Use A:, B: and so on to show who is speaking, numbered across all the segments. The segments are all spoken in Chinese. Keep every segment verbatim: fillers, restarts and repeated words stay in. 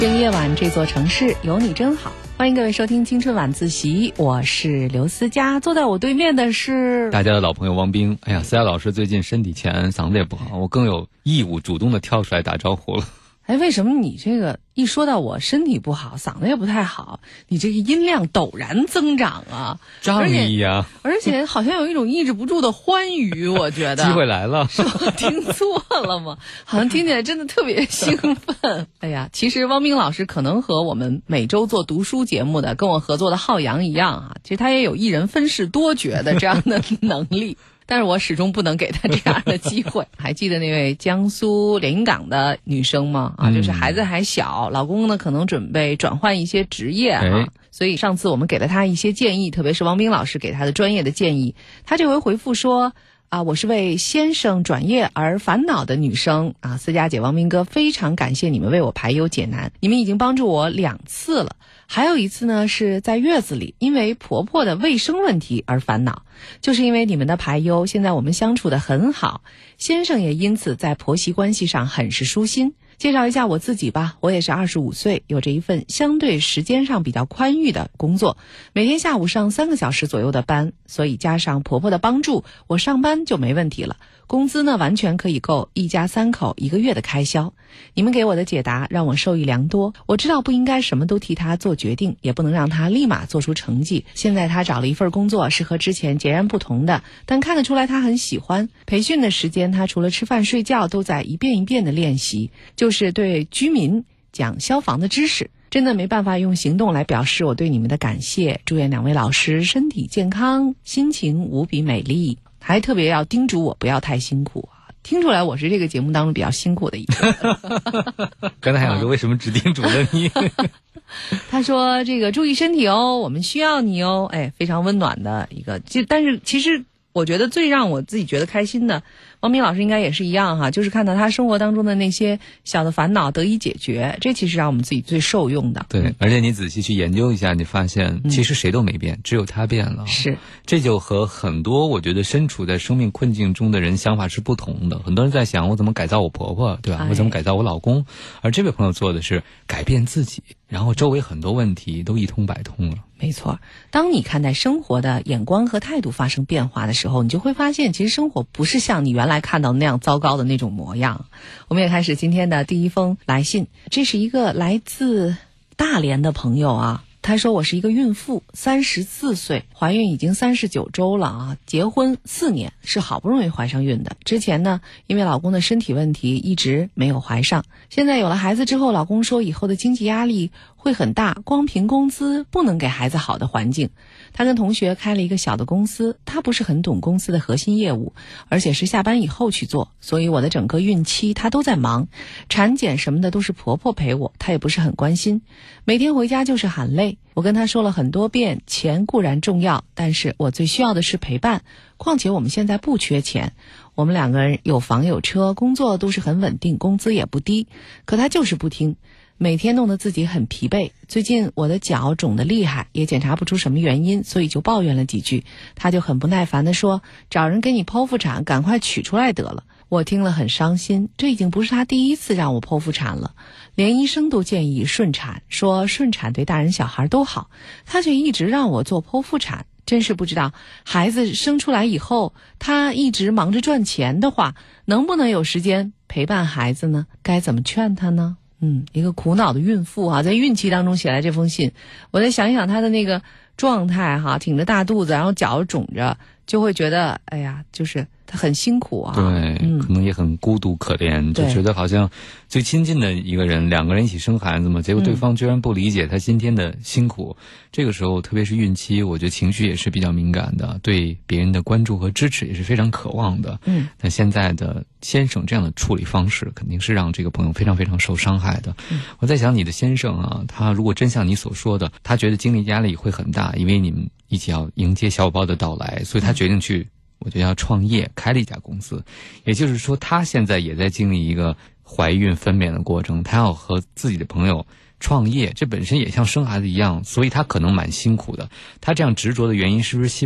A: 听夜晚这座城市有你真好，欢迎各位收听青春晚自习，我是刘思佳，坐在我对面的是
B: 大家的老朋友汪冰。哎呀，思佳老师最近身体欠，嗓子也不好，我更有义务主动的跳出来打招呼了。
A: 哎，为什么你这个一说到我身体不好，嗓子也不太好，你这个音量陡然增长啊？
B: 仗义呀！
A: 而且好像有一种抑制不住的欢愉，我觉得
B: 机会来了，
A: 是我听错了吗？好像听起来真的特别兴奋。哎呀，其实汪冰老师可能和我们每周做读书节目的跟我合作的浩洋一样啊，其实他也有一人分饰多角的这样的能力。但是我始终不能给他这样的机会。还记得那位江苏临港的女生吗？啊，就是孩子还小，老公呢可能准备转换一些职业啊，
B: 哎、
A: 所以上次我们给了他一些建议，特别是汪冰老师给他的专业的建议。他这回回复说啊，我是为先生转业而烦恼的女生啊，思佳姐、汪冰哥，非常感谢你们为我排忧解难，你们已经帮助我两次了。还有一次呢，是在月子里，因为婆婆的卫生问题而烦恼，就是因为你们的排忧，现在我们相处得很好，先生也因此在婆媳关系上很是舒心。介绍一下我自己吧，我也是二十五岁，有着一份相对时间上比较宽裕的工作，每天下午上三个小时左右的班，所以加上婆婆的帮助，我上班就没问题了。工资呢，完全可以够一家三口一个月的开销。你们给我的解答让我受益良多，我知道不应该什么都替他做决定，也不能让他立马做出成绩。现在他找了一份工作是和之前截然不同的，但看得出来他很喜欢。培训的时间他除了吃饭睡觉都在一遍一遍的练习，就是对居民讲消防的知识。真的没办法用行动来表示我对你们的感谢，祝愿两位老师身体健康，心情无比美丽。还特别要叮嘱我不要太辛苦啊，听出来我是这个节目当中比较辛苦的一个。
B: 刚才还想说为什么只叮嘱了你？
A: 他说这个注意身体哦，我们需要你哦，哎，非常温暖的一个。就但是其实我觉得最让我自己觉得开心的，汪冰老师应该也是一样哈，就是看到他生活当中的那些小的烦恼得以解决，这其实让我们自己最受用的。
B: 对，而且你仔细去研究一下，你发现其实谁都没变，嗯、只有他变了。
A: 是，
B: 这就和很多我觉得身处在生命困境中的人想法是不同的。很多人在想我怎么改造我婆婆，对吧？哎、我怎么改造我老公？而这位朋友做的是改变自己，然后周围很多问题都一通百通了。
A: 没错，当你看待生活的眼光和态度发生变化的时候，你就会发现其实生活不是像你原来看到那样糟糕的那种模样。我们也开始今天的第一封来信，这是一个来自大连的朋友啊，他说我是一个孕妇，三十四岁，怀孕已经三十九周了啊，结婚四年，是好不容易怀上孕的。之前呢，因为老公的身体问题一直没有怀上，现在有了孩子之后，老公说以后的经济压力会很大，光凭工资不能给孩子好的环境。他跟同学开了一个小的公司，他不是很懂公司的核心业务，而且是下班以后去做，所以我的整个孕期他都在忙，产检什么的都是婆婆陪我，他也不是很关心，每天回家就是喊累。我跟他说了很多遍，钱固然重要，但是我最需要的是陪伴，况且我们现在不缺钱，我们两个人有房有车，工作都是很稳定，工资也不低，可他就是不听，每天弄得自己很疲惫。最近我的脚肿得厉害，也检查不出什么原因，所以就抱怨了几句，他就很不耐烦地说找人给你剖腹产，赶快取出来得了。我听了很伤心，这已经不是他第一次让我剖腹产了，连医生都建议顺产，说顺产对大人小孩都好，他却一直让我做剖腹产。真是不知道孩子生出来以后，他一直忙着赚钱的话，能不能有时间陪伴孩子呢？该怎么劝他呢？嗯，一个苦恼的孕妇啊，在孕期当中写来这封信，我再想一想她的那个状态哈，挺着大肚子，然后脚肿着，就会觉得哎呀，就是她很辛苦啊。
B: 对、嗯，可能也很孤独可怜，就觉得好像最亲近的一个人，两个人一起生孩子嘛，结果对方居然不理解她今天的辛苦。嗯、这个时候，特别是孕期，我觉得情绪也是比较敏感的，对别人的关注和支持也是非常渴望的。嗯，但现在的先生这样的处理方式，肯定是让这个朋友非常非常受伤害的。嗯、我在想，你的先生啊，他如果真像你所说的，他觉得经历压力会很大，因为你们一起要迎接小宝宝的到来，所以他决定去。我觉得要创业，开了一家公司，也就是说他现在也在经历一个怀孕分娩的过程，他要和自己的朋友创业，这本身也像生孩子一样，所以他可能蛮辛苦的。他这样执着的原因是不是希望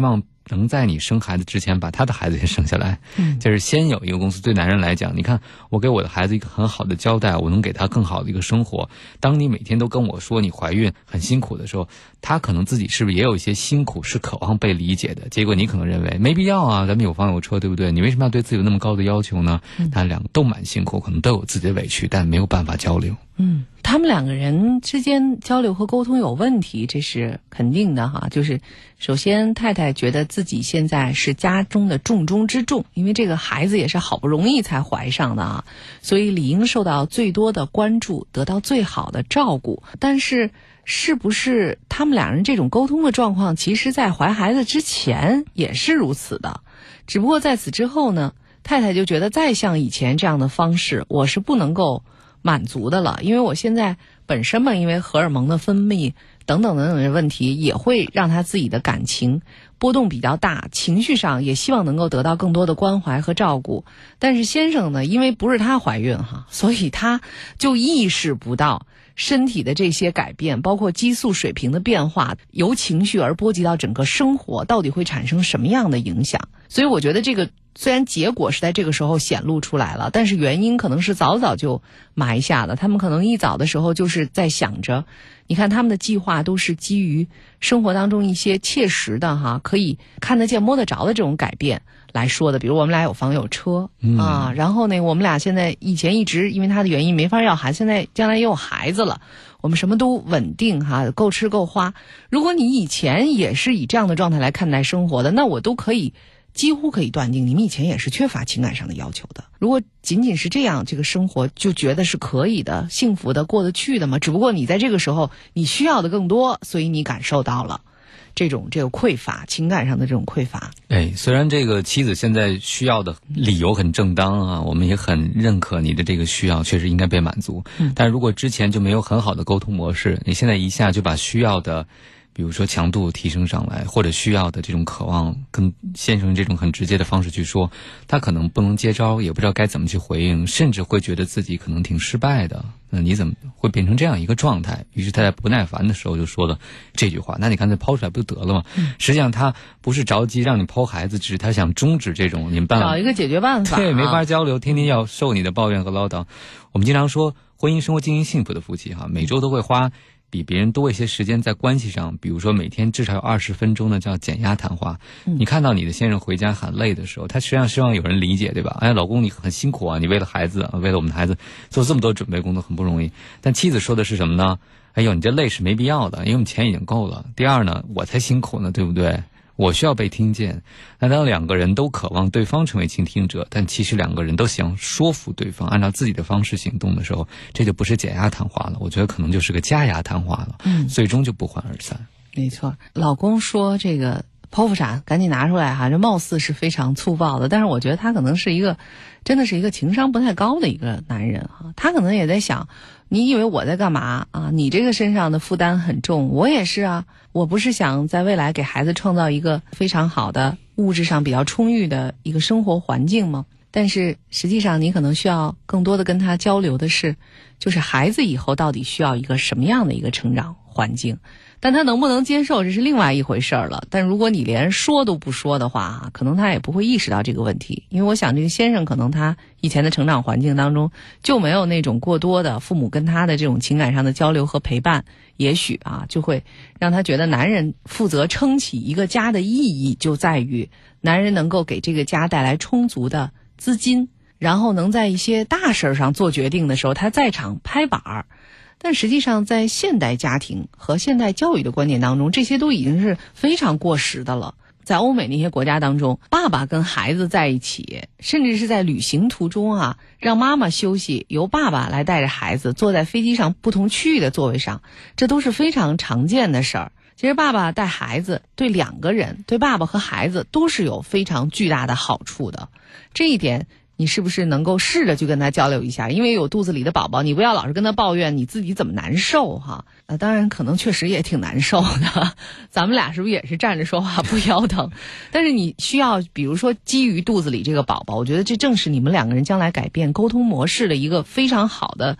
B: 能在你生孩子之前把他的孩子也生下来。嗯，就是先有一个公司，对男人来讲，你看我给我的孩子一个很好的交代，我能给他更好的一个生活。当你每天都跟我说你怀孕很辛苦的时候，他可能自己是不是也有一些辛苦是渴望被理解的？结果你可能认为没必要啊，咱们有房有车，对不对？你为什么要对自己有那么高的要求呢？嗯，他两个都蛮辛苦，可能都有自己的委屈，但没有办法交流。
A: 嗯，他们两个人之间交流和沟通有问题，这是肯定的哈。就是首先太太觉得自己现在是家中的重中之重，因为这个孩子也是好不容易才怀上的啊，所以理应受到最多的关注，得到最好的照顾。但是是不是他们两人这种沟通的状况，其实在怀孩子之前也是如此的，只不过在此之后呢，太太就觉得再像以前这样的方式我是不能够满足的了，因为我现在本身嘛，因为荷尔蒙的分泌等等等等的问题，也会让他自己的感情波动比较大，情绪上也希望能够得到更多的关怀和照顾。但是先生呢，因为不是他怀孕哈，所以他就意识不到身体的这些改变，包括激素水平的变化，由情绪而波及到整个生活，到底会产生什么样的影响。所以我觉得这个虽然结果是在这个时候显露出来了，但是原因可能是早早就埋下的。他们可能一早的时候就是在想着，你看他们的计划都是基于生活当中一些切实的哈，可以看得见摸得着的这种改变来说的。比如我们俩有房有车、嗯、啊，然后呢我们俩现在以前一直因为他的原因没法要孩子，现在将来也有孩子了，我们什么都稳定哈，够吃够花。如果你以前也是以这样的状态来看待生活的，那我都可以几乎可以断定你们以前也是缺乏情感上的要求的。如果仅仅是这样，这个生活就觉得是可以的，幸福的，过得去的嘛。只不过你在这个时候你需要的更多，所以你感受到了这种这个匮乏，情感上的这种匮乏。
B: 哎，虽然这个妻子现在需要的理由很正当啊，我们也很认可你的这个需要确实应该被满足、嗯、但如果之前就没有很好的沟通模式，你现在一下就把需要的比如说强度提升上来，或者需要的这种渴望跟先生这种很直接的方式去说，他可能不能接招，也不知道该怎么去回应，甚至会觉得自己可能挺失败的。那你怎么会变成这样一个状态？于是他在不耐烦的时候就说了这句话，那你干脆抛出来不就得了吗、嗯、实际上他不是着急让你抛孩子，只是他想终止这种你们办
A: 找一个解决办法、啊、
B: 对，没法交流，天天要受你的抱怨和唠叨。我们经常说婚姻生活经营幸福的夫妻哈，每周都会花比别人多一些时间在关系上，比如说每天至少有二十分钟的叫减压谈话、嗯、你看到你的先生回家很累的时候，他实际上希望有人理解，对吧？哎，老公你很辛苦啊，你为了孩子，为了我们的孩子做这么多准备工作很不容易。但妻子说的是什么呢？哎呦，你这累是没必要的，因为我们钱已经够了。第二呢，我才辛苦呢，对不对？我需要被听见。那当两个人都渴望对方成为倾听者，但其实两个人都想说服对方按照自己的方式行动的时候，这就不是减压谈话了，我觉得可能就是个加压谈话了，嗯，最终就不欢而散。
A: 没错，老公说这个剖腹产赶紧拿出来哈，这貌似是非常粗暴的，但是我觉得他可能是一个真的是一个情商不太高的一个男人哈，他可能也在想，你以为我在干嘛啊？你这个身上的负担很重，我也是啊，我不是想在未来给孩子创造一个非常好的物质上比较充裕的一个生活环境吗？但是实际上你可能需要更多的跟他交流的是，就是孩子以后到底需要一个什么样的一个成长环境，但他能不能接受这是另外一回事儿了。但如果你连说都不说的话，可能他也不会意识到这个问题。因为我想这个先生可能他以前的成长环境当中就没有那种过多的父母跟他的这种情感上的交流和陪伴，也许啊就会让他觉得男人负责撑起一个家的意义就在于男人能够给这个家带来充足的资金，然后能在一些大事上做决定的时候他在场拍板儿。但实际上在现代家庭和现代教育的观念当中，这些都已经是非常过时的了。在欧美那些国家当中，爸爸跟孩子在一起，甚至是在旅行途中啊，让妈妈休息，由爸爸来带着孩子坐在飞机上不同区域的座位上，这都是非常常见的事儿。其实爸爸带孩子对两个人，对爸爸和孩子都是有非常巨大的好处的。这一点你是不是能够试着去跟他交流一下？因为有肚子里的宝宝，你不要老是跟他抱怨你自己怎么难受哈。呃，当然可能确实也挺难受的，咱们俩是不是也是站着说话不腰疼？但是你需要比如说基于肚子里这个宝宝，我觉得这正是你们两个人将来改变沟通模式的一个非常好的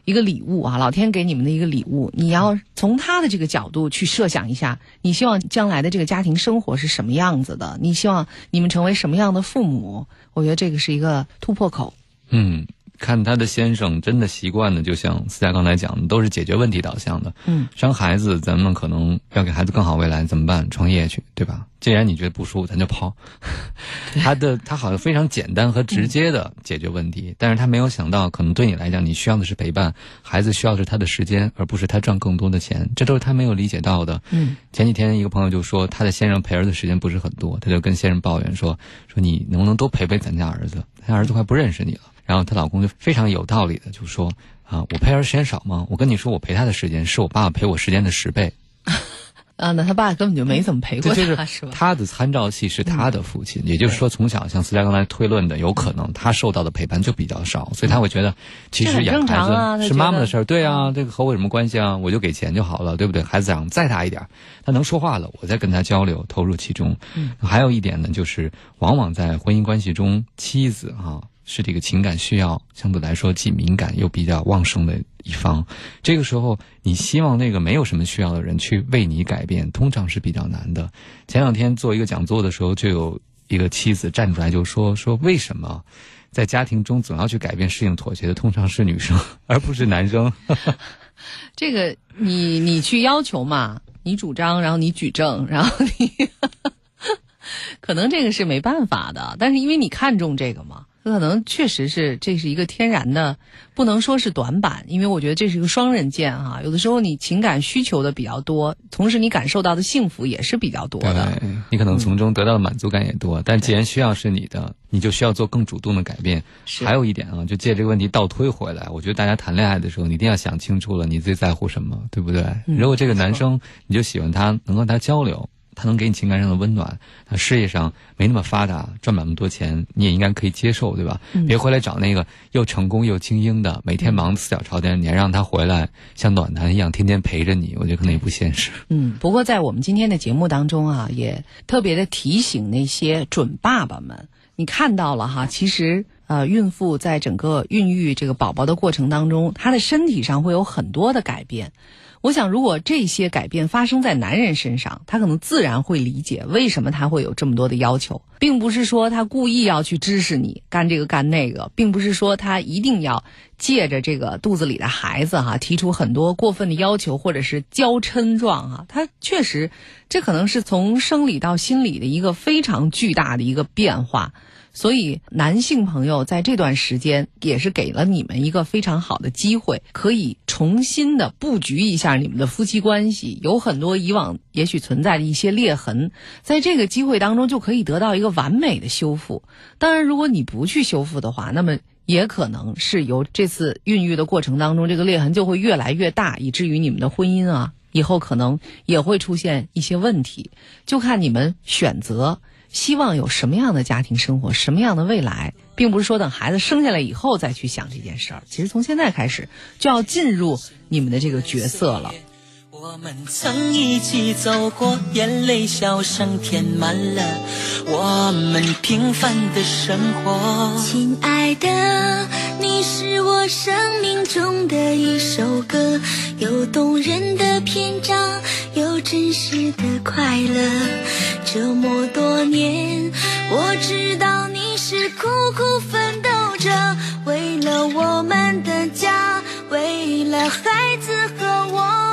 A: 一个礼物啊，老天给你们的一个礼物，你要从他的这个角度去设想一下，你希望将来的这个家庭生活是什么样子的，你希望你们成为什么样的父母，我觉得这个是一个突破口。
B: 嗯，看他的先生真的习惯的，就像思佳刚才讲的，都是解决问题导向的。
A: 嗯，生
B: 孩子咱们可能要给孩子更好未来，怎么办？创业去，对吧？既然你觉得不舒服，咱就抛。他的他好像非常简单和直接的解决问题，嗯、但是他没有想到，可能对你来讲，你需要的是陪伴，孩子需要的是他的时间，而不是他赚更多的钱，这都是他没有理解到的。
A: 嗯，
B: 前几天一个朋友就说，他的先生陪儿子时间不是很多，他就跟先生抱怨说，说你能不能多陪陪咱家儿子？他家儿子快不认识你了。然后她老公就非常有道理的就说啊，我陪儿时间少吗？我跟你说，我陪他的时间是我爸爸陪我时间的十倍。
A: 啊，那他爸根本就没怎么陪过他，
B: 就是
A: 是吧？
B: 他的参照系是他的父亲，嗯、也就是说，从小像思佳刚才推论的，有可能他受到的陪伴就比较少，所以他会觉得，其实养孩子是妈妈的事儿，对啊，这个和我有什么关系啊？我就给钱就好了，对不对？孩子长再大一点，他能说话了，我再跟他交流，投入其中。
A: 嗯，
B: 还有一点呢，就是往往在婚姻关系中，妻子啊。是这个情感需要相对来说既敏感又比较旺盛的一方，这个时候你希望那个没有什么需要的人去为你改变，通常是比较难的。前两天做一个讲座的时候，就有一个妻子站出来就说说为什么在家庭中总要去改变、适应、妥协的通常是女生而不是男生。
A: 这个你你去要求嘛，你主张，然后你举证，然后你可能这个是没办法的，但是因为你看重这个嘛，可能确实是这是一个天然的，不能说是短板，因为我觉得这是一个双刃剑哈。有的时候你情感需求的比较多，同时你感受到的幸福也是比较多的，
B: 对，你可能从中得到的满足感也多，嗯、但既然需要是你的，你就需要做更主动的改变。还有一点啊，就借这个问题倒推回来，我觉得大家谈恋爱的时候，你一定要想清楚了，你最在乎什么，对不对？嗯、如果这个男生你就喜欢他，能跟他交流。他能给你情感上的温暖，他事业上没那么发达，赚不了那么多钱，你也应该可以接受，对吧？嗯、别回来找那个又成功又精英的，每天忙得四脚朝天，你还让他回来像暖男一样天天陪着你，我觉得可能也不现实。
A: 嗯，不过在我们今天的节目当中啊，也特别的提醒那些准爸爸们，你看到了哈，其实呃，孕妇在整个孕育这个宝宝的过程当中，她的身体上会有很多的改变。我想如果这些改变发生在男人身上，他可能自然会理解为什么他会有这么多的要求，并不是说他故意要去支持你干这个干那个，并不是说他一定要借着这个肚子里的孩子哈提出很多过分的要求或者是娇嗔状哈，他确实这可能是从生理到心理的一个非常巨大的一个变化。所以男性朋友在这段时间也是给了你们一个非常好的机会，可以重新的布局一下你们的夫妻关系，有很多以往也许存在的一些裂痕，在这个机会当中就可以得到一个完美的修复。当然如果你不去修复的话，那么也可能是由这次孕育的过程当中，这个裂痕就会越来越大，以至于你们的婚姻啊以后可能也会出现一些问题，就看你们选择希望有什么样的家庭生活，什么样的未来，并不是说等孩子生下来以后再去想这件事儿，其实从现在开始就要进入你们的这个角色了。
C: 我们曾一起走过，眼泪笑声填满了我们平凡的生活。
D: 亲爱的，你是我生命中的一首歌，有动人的篇章，有真实的快乐。这么多年，我知道你是苦苦奋斗着，为了我们的家，为了孩子和我。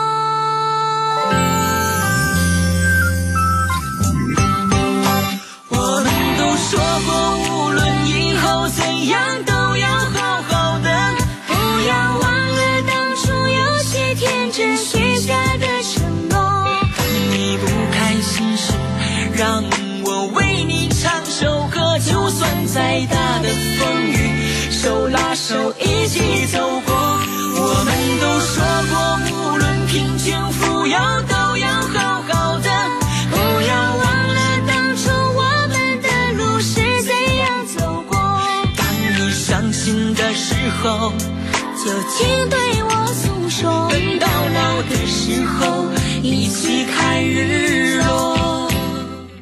C: 我们都说过，无论以后怎样都要好好的，
D: 不要忘了当初有些天真许下的承诺。
C: 你不开心时，让我为你唱首歌，就算再大的风雨，手拉手一起走过。我们都说过，无论贫穷富有都要好好的，
D: 不要忘了当初我们的路是怎样走过。
C: 当你伤心的时候，
D: 就请对我诉说，
C: 等到老的时候，一起看日落。
A: 今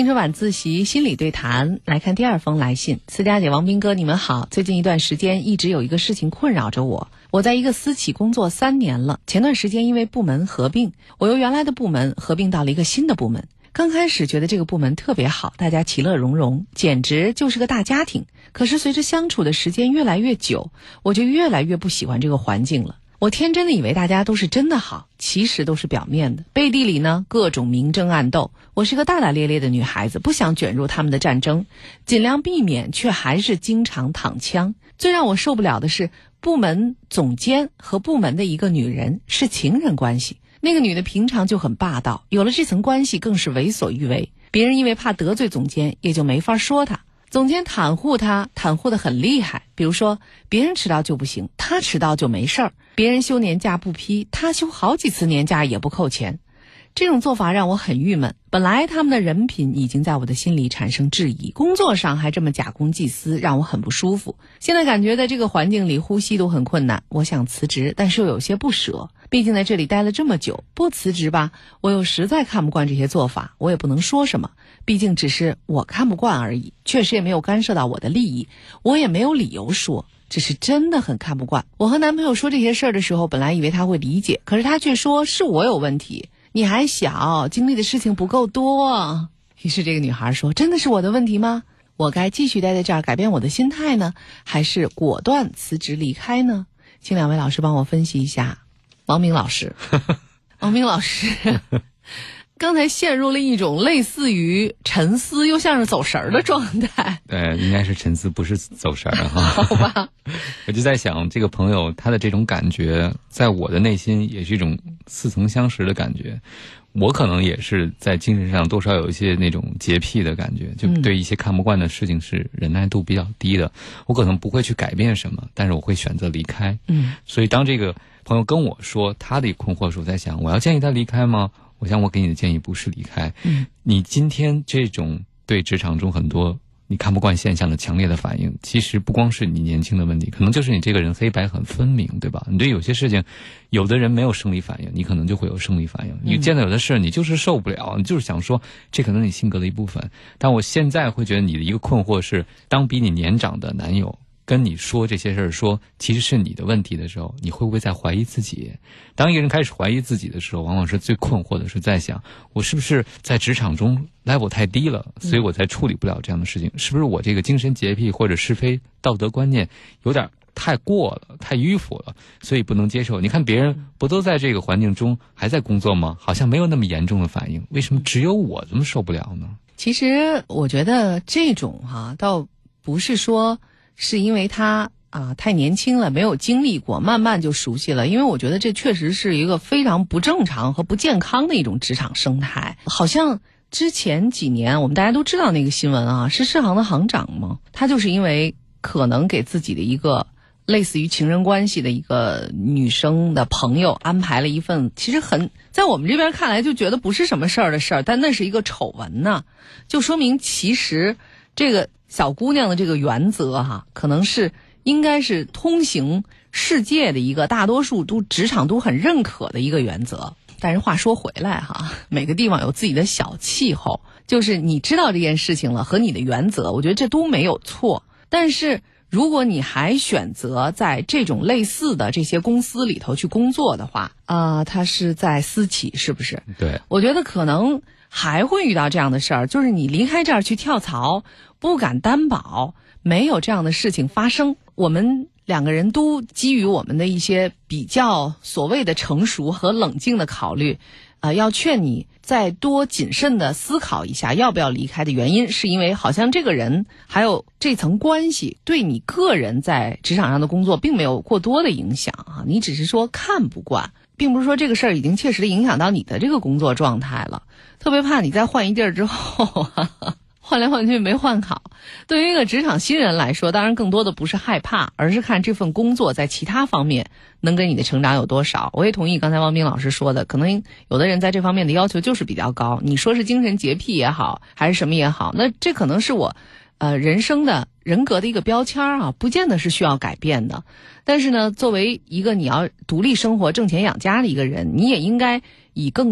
A: 青春晚自习心理对谈，来看第二封来信。思佳姐、王斌哥，你们好。最近一段时间一直有一个事情困扰着我。我在一个私企工作三年了，前段时间因为部门合并，我由原来的部门合并到了一个新的部门。刚开始觉得这个部门特别好，大家其乐融融，简直就是个大家庭。可是随着相处的时间越来越久，我就越来越不喜欢这个环境了。我天真的以为大家都是真的好，其实都是表面的，背地里呢各种明争暗斗。我是个大大咧咧的女孩子，不想卷入他们的战争，尽量避免，却还是经常躺枪。最让我受不了的是，部门总监和部门的一个女人是情人关系。那个女的平常就很霸道，有了这层关系更是为所欲为。别人因为怕得罪总监，也就没法说她。总监袒护她，袒护得很厉害。比如说，别人迟到就不行，她迟到就没事儿；别人休年假不批，她休好几次年假也不扣钱。这种做法让我很郁闷。本来他们的人品已经在我的心里产生质疑，工作上还这么假公济私，让我很不舒服。现在感觉在这个环境里呼吸都很困难，我想辞职，但是又有些不舍。毕竟在这里待了这么久，不辞职吧，我又实在看不惯这些做法，我也不能说什么，毕竟只是我看不惯而已，确实也没有干涉到我的利益，我也没有理由说，只是真的很看不惯。我和男朋友说这些事儿的时候，本来以为他会理解，可是他却说是我有问题，你还小，经历的事情不够多。于是这个女孩说，真的是我的问题吗？我该继续待在这儿改变我的心态呢，还是果断辞职离开呢？请两位老师帮我分析一下。王明老师王明老师刚才陷入了一种类似于沉思又像是走神儿的状态。
B: 对，应该是沉思，不是走神儿哈。
A: 好吧，
B: 我就在想，这个朋友他的这种感觉，在我的内心也是一种似曾相识的感觉。我可能也是在精神上多少有一些那种洁癖的感觉，就对一些看不惯的事情是忍耐度比较低的。我可能不会去改变什么，但是我会选择离开。嗯，所以当这个朋友跟我说他的困惑时，我在想，我要建议他离开吗？我想我给你的建议不是离开。嗯，你今天这种对职场中很多你看不惯现象的强烈的反应，其实不光是你年轻的问题，可能就是你这个人黑白很分明，对吧？你对有些事情，有的人没有生理反应，你可能就会有生理反应。你见到有的事你就是受不了，你就是想说这可能是你性格的一部分。但我现在会觉得你的一个困惑是，当比你年长的男友跟你说这些事儿，说其实是你的问题的时候，你会不会在怀疑自己？当一个人开始怀疑自己的时候，往往是最困惑的，是在想，我是不是在职场中 level 太低了，所以我才处理不了这样的事情？是不是我这个精神洁癖或者是非道德观念有点太过了，太迂腐了，所以不能接受？你看别人不都在这个环境中还在工作吗？好像没有那么严重的反应，为什么只有我这么受不了呢？
A: 其实我觉得这种哈、啊，倒不是说是因为他啊太年轻了，没有经历过，慢慢就熟悉了。因为我觉得这确实是一个非常不正常和不健康的一种职场生态。好像之前几年我们大家都知道那个新闻啊，是世行的行长嘛，他就是因为可能给自己的一个类似于情人关系的一个女生的朋友安排了一份，其实很在我们这边看来就觉得不是什么事儿的事儿，但那是一个丑闻呢，就说明其实这个小姑娘的这个原则哈、啊，可能是应该是通行世界的一个大多数都职场都很认可的一个原则。但是话说回来哈，每个地方有自己的小气候，就是你知道这件事情了和你的原则，我觉得这都没有错。但是如果你还选择在这种类似的这些公司里头去工作的话，啊、呃，他是在私企是不是？
B: 对，
A: 我觉得可能还会遇到这样的事儿，就是你离开这儿去跳槽，不敢担保没有这样的事情发生。我们两个人都基于我们的一些比较所谓的成熟和冷静的考虑，呃，要劝你再多谨慎的思考一下要不要离开的原因，是因为好像这个人还有这层关系对你个人在职场上的工作并没有过多的影响啊，你只是说看不惯，并不是说这个事儿已经切实的影响到你的这个工作状态了。特别怕你再换一地儿之后哈哈换来换去没换好。对于一个职场新人来说，当然更多的不是害怕，而是看这份工作在其他方面能给你的成长有多少。我也同意刚才汪冰老师说的，可能有的人在这方面的要求就是比较高，你说是精神洁癖也好还是什么也好，那这可能是我呃人生的人格的一个标签啊，不见得是需要改变的。但是呢，作为一个你要独立生活挣钱养家的一个人，你也应该以更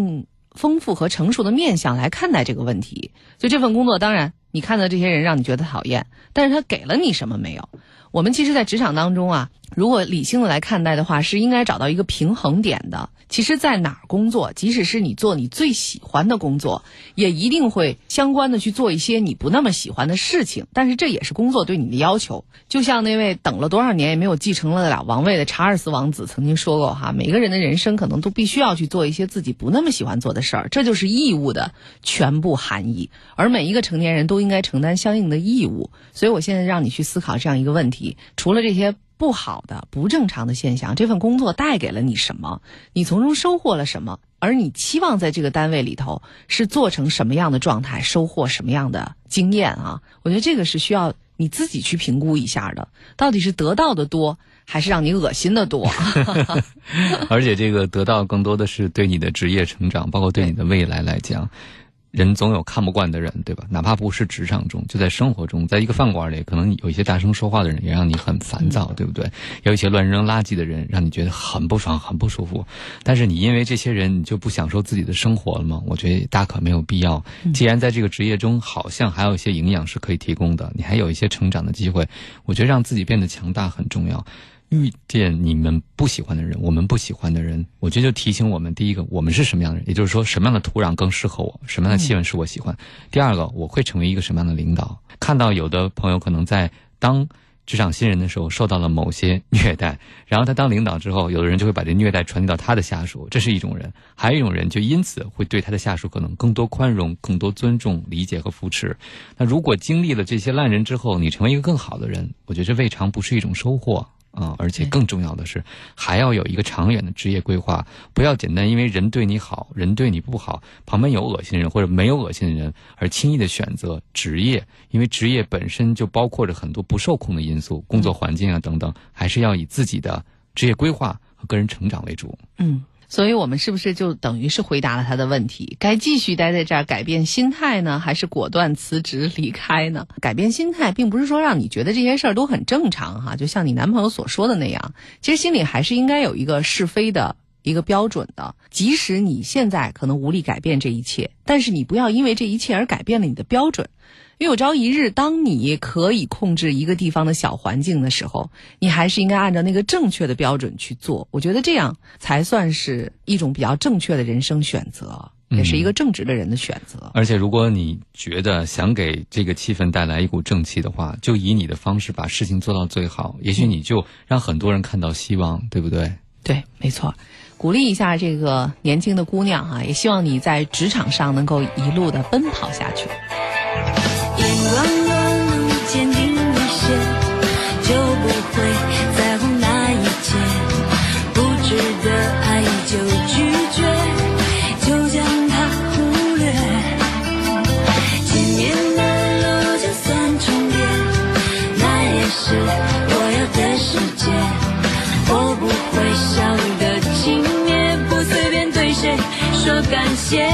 A: 丰富和成熟的面向来看待这个问题。就这份工作，当然你看到这些人让你觉得讨厌，但是他给了你什么没有？我们其实在职场当中啊，如果理性的来看待的话，是应该找到一个平衡点的。其实在哪儿工作，即使是你做你最喜欢的工作，也一定会相关的去做一些你不那么喜欢的事情，但是这也是工作对你的要求。就像那位等了多少年也没有继承了了王位的查尔斯王子曾经说过哈，每个人的人生可能都必须要去做一些自己不那么喜欢做的事儿，这就是义务的全部含义，而每一个成年人都应该承担相应的义务。所以我现在让你去思考这样一个问题，除了这些不好的不正常的现象，这份工作带给了你什么？你从中收获了什么？而你期望在这个单位里头是做成什么样的状态，收获什么样的经验啊？我觉得这个是需要你自己去评估一下的，到底是得到的多还是让你恶心的多？
B: 而且这个得到更多的是对你的职业成长，包括对你的未来来讲，人总有看不惯的人，对吧？哪怕不是职场中，就在生活中，在一个饭馆里，可能有一些大声说话的人也让你很烦躁，嗯、对不对？有一些乱扔垃圾的人让你觉得很不爽很不舒服，但是你因为这些人你就不享受自己的生活了吗？我觉得大可没有必要。既然在这个职业中好像还有一些营养是可以提供的，你还有一些成长的机会，我觉得让自己变得强大很重要。遇见你们不喜欢的人，我们不喜欢的人，我觉得就提醒我们，第一个，我们是什么样的人，也就是说什么样的土壤更适合我，什么样的气氛是我喜欢。第二个，我会成为一个什么样的领导。看到有的朋友可能在当职场新人的时候受到了某些虐待，然后他当领导之后，有的人就会把这虐待传递到他的下属，这是一种人。还有一种人就因此会对他的下属可能更多宽容，更多尊重、理解和扶持。那如果经历了这些烂人之后，你成为一个更好的人，我觉得这未尝不是一种收获啊、嗯！而且更重要的是，还要有一个长远的职业规划，不要简单因为人对你好，人对你不好，旁边有恶心人或者没有恶心的人而轻易的选择职业，因为职业本身就包括着很多不受控的因素，工作环境啊等等，还是要以自己的职业规划和个人成长为主。
A: 嗯。所以我们是不是就等于是回答了他的问题？该继续待在这儿改变心态呢，还是果断辞职离开呢？改变心态并不是说让你觉得这些事儿都很正常哈，就像你男朋友所说的那样，其实心里还是应该有一个是非的一个标准的。即使你现在可能无力改变这一切，但是你不要因为这一切而改变了你的标准。因为有朝一日当你可以控制一个地方的小环境的时候，你还是应该按照那个正确的标准去做，我觉得这样才算是一种比较正确的人生选择，也是一个正直的人的选择、嗯、
B: 而且如果你觉得想给这个气氛带来一股正气的话，就以你的方式把事情做到最好，也许你就让很多人看到希望，对不对？
A: 对，没错。鼓励一下这个年轻的姑娘啊，也希望你在职场上能够一路的奔跑下去。
D: 眼望的路坚定一些，就不会在乎那一切，不值得爱就拒绝，就将它忽略。前面的路就算重叠，那也是我要的世界。我不会笑得轻蔑，不随便对谁说感谢。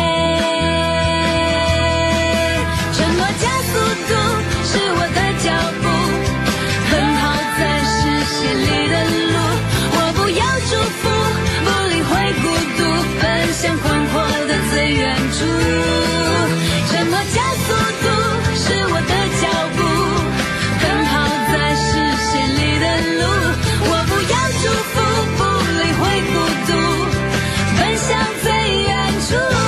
D: 向宽阔的最远处，沉默加速度是我的脚步，奔跑在视线里的路，我不要祝福，不理会孤独，奔向最远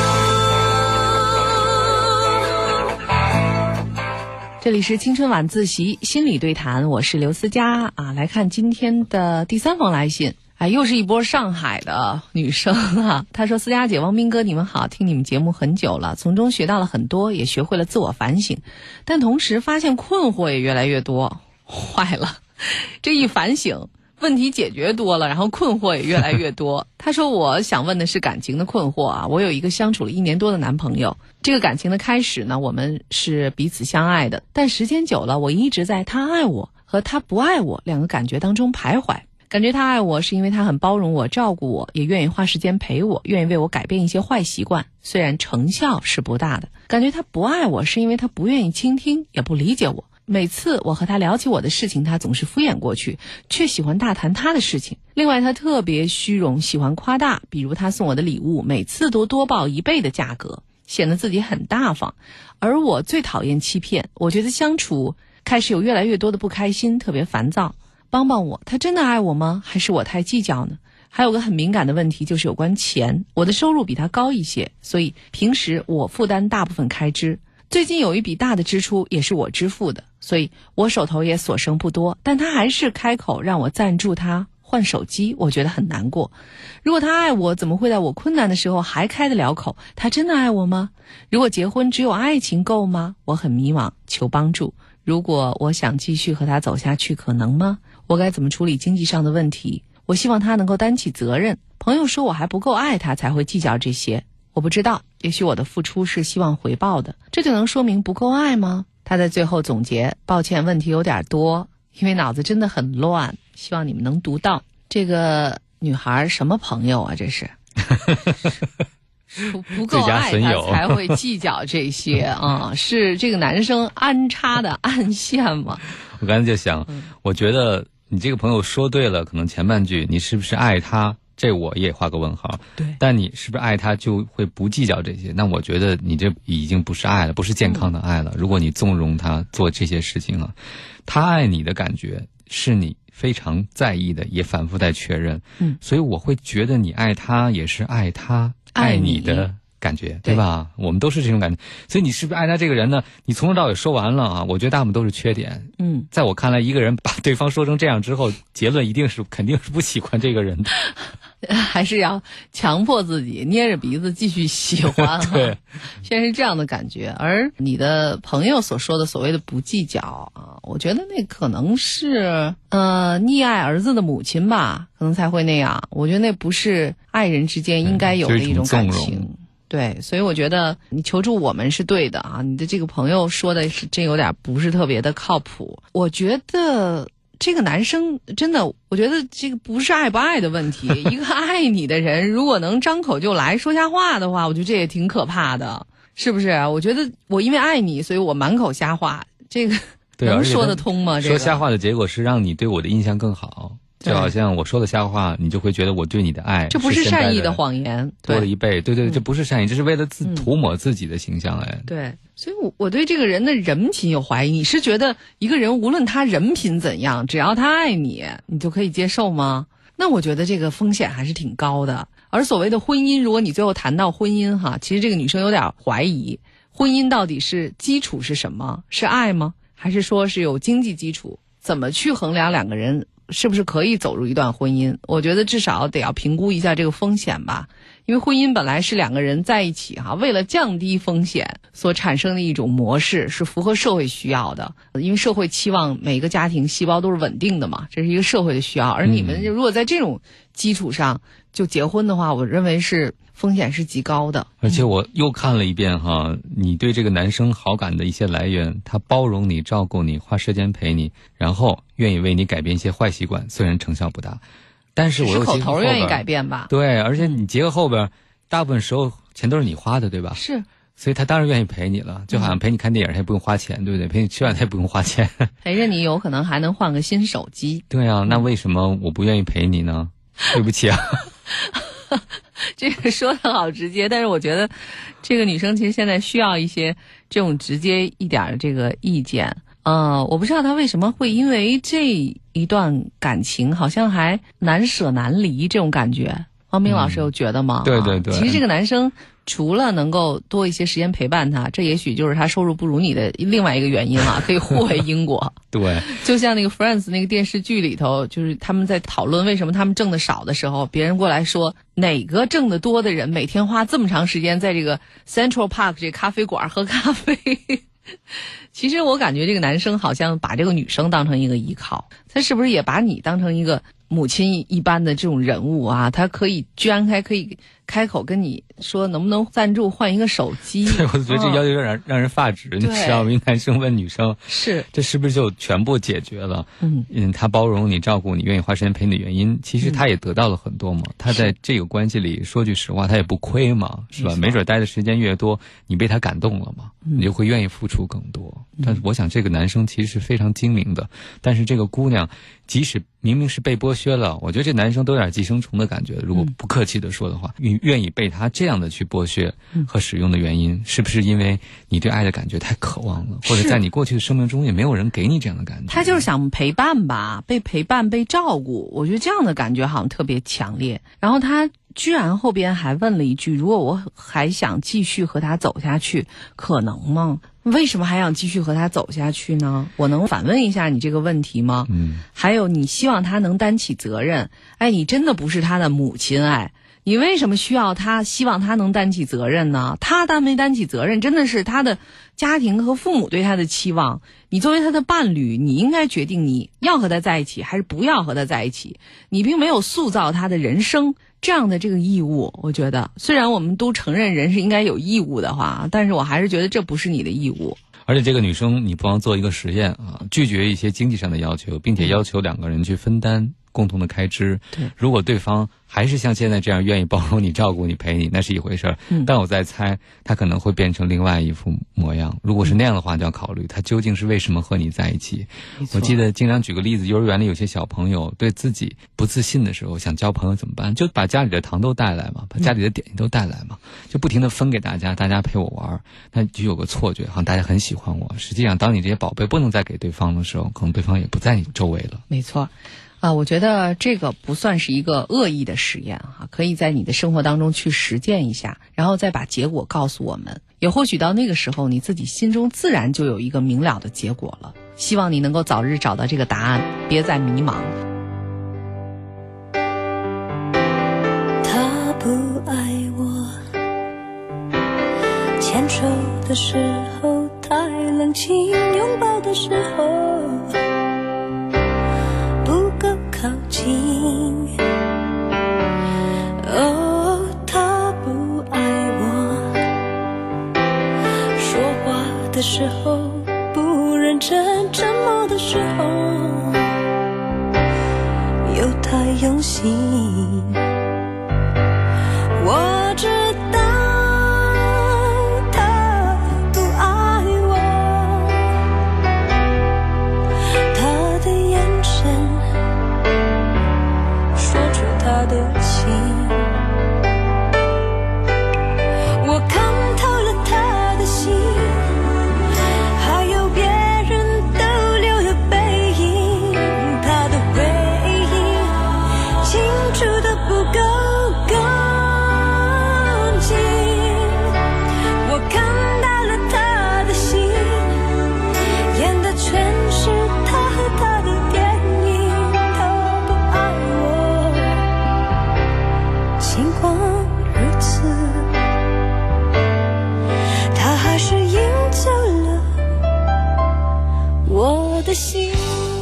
D: 处。
A: 这里是青春晚自习心理对谈，我是刘思佳啊。来看今天的第三封来信。哎，又是一波上海的女生啊！她说：“思佳姐、汪斌哥，你们好，听你们节目很久了，从中学到了很多，也学会了自我反省，但同时发现困惑也越来越多。坏了，这一反省，问题解决多了，然后困惑也越来越多。”她说：“我想问的是感情的困惑啊，我有一个相处了一年多的男朋友，这个感情的开始呢，我们是彼此相爱的，但时间久了，我一直在他爱我和他不爱我两个感觉当中徘徊。”感觉他爱我是因为他很包容我，照顾我，也愿意花时间陪我，愿意为我改变一些坏习惯，虽然成效是不大的。感觉他不爱我是因为他不愿意倾听，也不理解我， 每次我和他聊起我的事情，他总是敷衍过去，却喜欢大谈他的事情。另外他特别虚荣，喜欢夸大，比如他送我的礼物每次都多报一倍的价格，显得自己很大方。而我最讨厌欺骗，我觉得相处开始有越来越多的不开心，特别烦躁。帮帮我，他真的爱我吗？还是我太计较呢？还有个很敏感的问题，就是有关钱。我的收入比他高一些，所以平时我负担大部分开支。最近有一笔大的支出也是我支付的，所以我手头也所剩不多，但他还是开口让我赞助他换手机，我觉得很难过。如果他爱我，怎么会在我困难的时候还开得了口？他真的爱我吗？如果结婚只有爱情够吗？我很迷茫，求帮助。如果我想继续和他走下去，可能吗？我该怎么处理经济上的问题？我希望他能够担起责任。朋友说我还不够爱他，才会计较这些。我不知道，也许我的付出是希望回报的，这就能说明不够爱吗？他在最后总结，抱歉，问题有点多，因为脑子真的很乱，希望你们能读到。这个女孩什么朋友啊，这是不, 不够爱他才会计较这些啊、嗯？是这个男生安插的暗线吗？
B: 我刚才就想、嗯、我觉得你这个朋友说对了，可能前半句你是不是爱他，这我也画个问号。对，但你是不是爱他就会不计较这些？那我觉得你这已经不是爱了，不是健康的爱了。嗯、如果你纵容他做这些事情了，他爱你的感觉是你非常在意的，也反复在确认。嗯，所以我会觉得你爱他也是爱他爱你的感觉， 对, 对吧？我们都是这种感觉。所以你是不是爱他这个人呢？你从头到尾说完了啊，我觉得大部分都是缺点。嗯，在我看来，一个人把对方说成这样之后，结论一定是肯定是不喜欢这个人的。
A: 还是要强迫自己捏着鼻子继续喜欢。对，现在是这样的感觉。而你的朋友所说的所谓的不计较啊，我觉得那可能是呃溺爱儿子的母亲吧，可能才会那样。我觉得那不是爱人之间应该有的一种感情。对，所以我觉得你求助我们是对的啊，你的这个朋友说的是真有点不是特别的靠谱。我觉得这个男生真的，我觉得这个不是爱不爱的问题。一个爱你的人，如果能张口就来说瞎话的话，我觉得这也挺可怕的，是不是？我觉得我因为爱你，所以我满口瞎话，这个能说得通吗？
B: 说瞎话的结果是让你对我的印象更好。就好像我说的瞎话，你就会觉得我对你的爱，
A: 这不是善意的谎言，
B: 多了一倍。对 对, 对、嗯、这不是善意，这是为了自涂抹自己的形象。哎，
A: 对，所以我我对这个人的人品有怀疑。你是觉得一个人无论他人品怎样，只要他爱你，你就可以接受吗？那我觉得这个风险还是挺高的。而所谓的婚姻，如果你最后谈到婚姻哈，其实这个女生有点怀疑，婚姻到底是基础是什么？是爱吗？还是说是有经济基础？怎么去衡量两个人是不是可以走入一段婚姻？我觉得至少得要评估一下这个风险吧，因为婚姻本来是两个人在一起哈，为了降低风险所产生的一种模式，是符合社会需要的。因为社会期望每个家庭细胞都是稳定的嘛，这是一个社会的需要。而你们如果在这种基础上就结婚的话，我认为是风险是极高的。
B: 而且我又看了一遍哈，你对这个男生好感的一些来源，他包容你、照顾你、花时间陪你，然后愿意为你改变一些坏习惯，虽然成效不大，但是我又
A: 口头愿意改变吧。
B: 对，而且你结合后边、嗯、大部分时候钱都是你花的，对吧？
A: 是，
B: 所以他当然愿意陪你了，就好像陪你看电影他也不用花钱，对不对？陪你吃饭他也不用花钱，
A: 陪着你有可能还能换个新手机。
B: 对啊，那为什么我不愿意陪你呢？对不起啊。
A: 这个说的好直接，但是我觉得这个女生其实现在需要一些这种直接一点的这个意见。呃，我不知道她为什么会因为这一段感情好像还难舍难离这种感觉。王明老师有觉得吗？
B: 嗯、对对对。
A: 其实这个男生除了能够多一些时间陪伴他，这也许就是他收入不如你的另外一个原因啊，可以互为因果。
B: 对，
A: 就像那个 Friends 那个电视剧里头，就是他们在讨论为什么他们挣的少的时候，别人过来说哪个挣得多的人每天花这么长时间在这个 Central Park 这咖啡馆喝咖啡。其实我感觉这个男生好像把这个女生当成一个依靠，他是不是也把你当成一个母亲一般的这种人物啊？他可以居然还可以开口跟你说能不能赞助换一个手机。
B: 对，我觉得这要求有点让、嗯、让人发指。你知道吗？男生问女生，
A: 是
B: 这是不是就全部解决了？
A: 嗯
B: 嗯，他包容你、照顾你、愿意花时间陪你的原因，其实他也得到了很多嘛。嗯、他在这个关系里说句实话，他也不亏嘛，是吧？没准待的时间越多，你被他感动了嘛，嗯、你就会愿意付出更多。嗯、但是我想这个男生其实是非常精明的，但是这个姑娘即使明明是被剥削了，我觉得这男生都有点寄生虫的感觉。如果不客气的说的话，愿、嗯、愿意被他这样的去剥削和使用的原因，是不是因为你对爱的感觉太渴望了，或者在你过去的生命中也没有人给你这样的感觉？
A: 他就是想陪伴吧，被陪伴、被照顾，我觉得这样的感觉好像特别强烈。然后他居然后边还问了一句：如果我还想继续和他走下去，可能吗？为什么还想继续和他走下去呢？我能反问一下你这个问题吗？
B: 嗯。
A: 还有，你希望他能担起责任，哎，你真的不是他的母亲，哎，你为什么需要他希望他能担起责任呢？他担没担起责任真的是他的家庭和父母对他的期望。你作为他的伴侣，你应该决定你要和他在一起还是不要和他在一起，你并没有塑造他的人生这样的这个义务。我觉得虽然我们都承认人是应该有义务的话，但是我还是觉得这不是你的义务。
B: 而且这个女生你不妨做一个实验啊，拒绝一些经济上的要求，并且要求两个人去分担共同的开支。
A: 对，
B: 如果对方还是像现在这样愿意包容你、照顾你、陪你，那是一回事儿。嗯，但我在猜，他可能会变成另外一副模样。如果是那样的话，就要考虑他究竟是为什么和你在一起。我记得经常举个例子，幼儿园里有些小朋友对自己不自信的时候，想交朋友怎么办？就把家里的糖豆带来嘛，把家里的点心都带来嘛，就不停地分给大家，大家陪我玩，那就有个错觉，好像大家很喜欢我。实际上，当你这些宝贝不能再给对方的时候，可能对方也不在你周围了。
A: 没错。啊，我觉得这个不算是一个恶意的实验哈，可以在你的生活当中去实践一下，然后再把结果告诉我们。也或许到那个时候，你自己心中自然就有一个明了的结果了。希望你能够早日找到这个答案，别再迷茫。
D: 他不爱我，牵手的时候太冷清，拥抱的时候靠近，哦，他不爱我，说话的时候不认真，沉默的时候又太用心。我知道他不爱我，他的眼神他的情，我看透了他的心，还有别人逗留的背影，他的回应清楚的不够干净。我看到了他的心，演的全是他和他的电影。他不爱我，尽管如此，他还是赢走了我的心。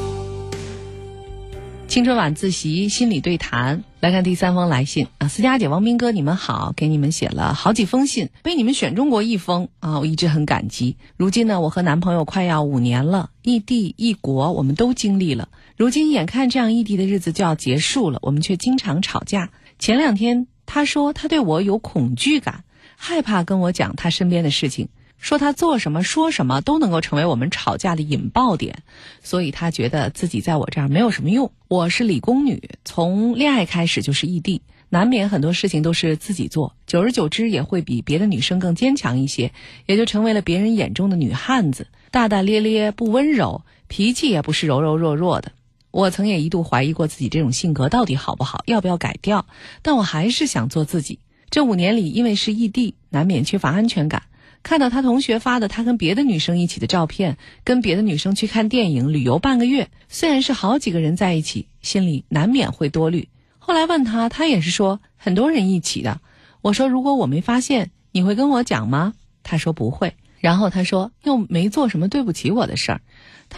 A: 青春晚自习心理对谈，来看第三封来信啊，思佳姐、王斌哥，你们好，给你们写了好几封信，被你们选中过一封啊，我一直很感激。如今呢，我和男朋友快要五年了，异地异国我们都经历了，如今眼看这样异地的日子就要结束了，我们却经常吵架。前两天他说他对我有恐惧感，害怕跟我讲他身边的事情，说他做什么说什么都能够成为我们吵架的引爆点，所以他觉得自己在我这儿没有什么用。我是理工女，从恋爱开始就是异地，难免很多事情都是自己做，久而久之也会比别的女生更坚强一些，也就成为了别人眼中的女汉子，大大咧咧不温柔，脾气也不是柔柔弱弱的。我曾也一度怀疑过自己这种性格到底好不好，要不要改掉，但我还是想做自己。这五年里，因为是异地，难免缺乏安全感，看到他同学发的他跟别的女生一起的照片，跟别的女生去看电影、旅游半个月，虽然是好几个人在一起，心里难免会多虑。后来问他，他也是说很多人一起的。我说如果我没发现，你会跟我讲吗？他说不会。然后他说又没做什么对不起我的事儿。他说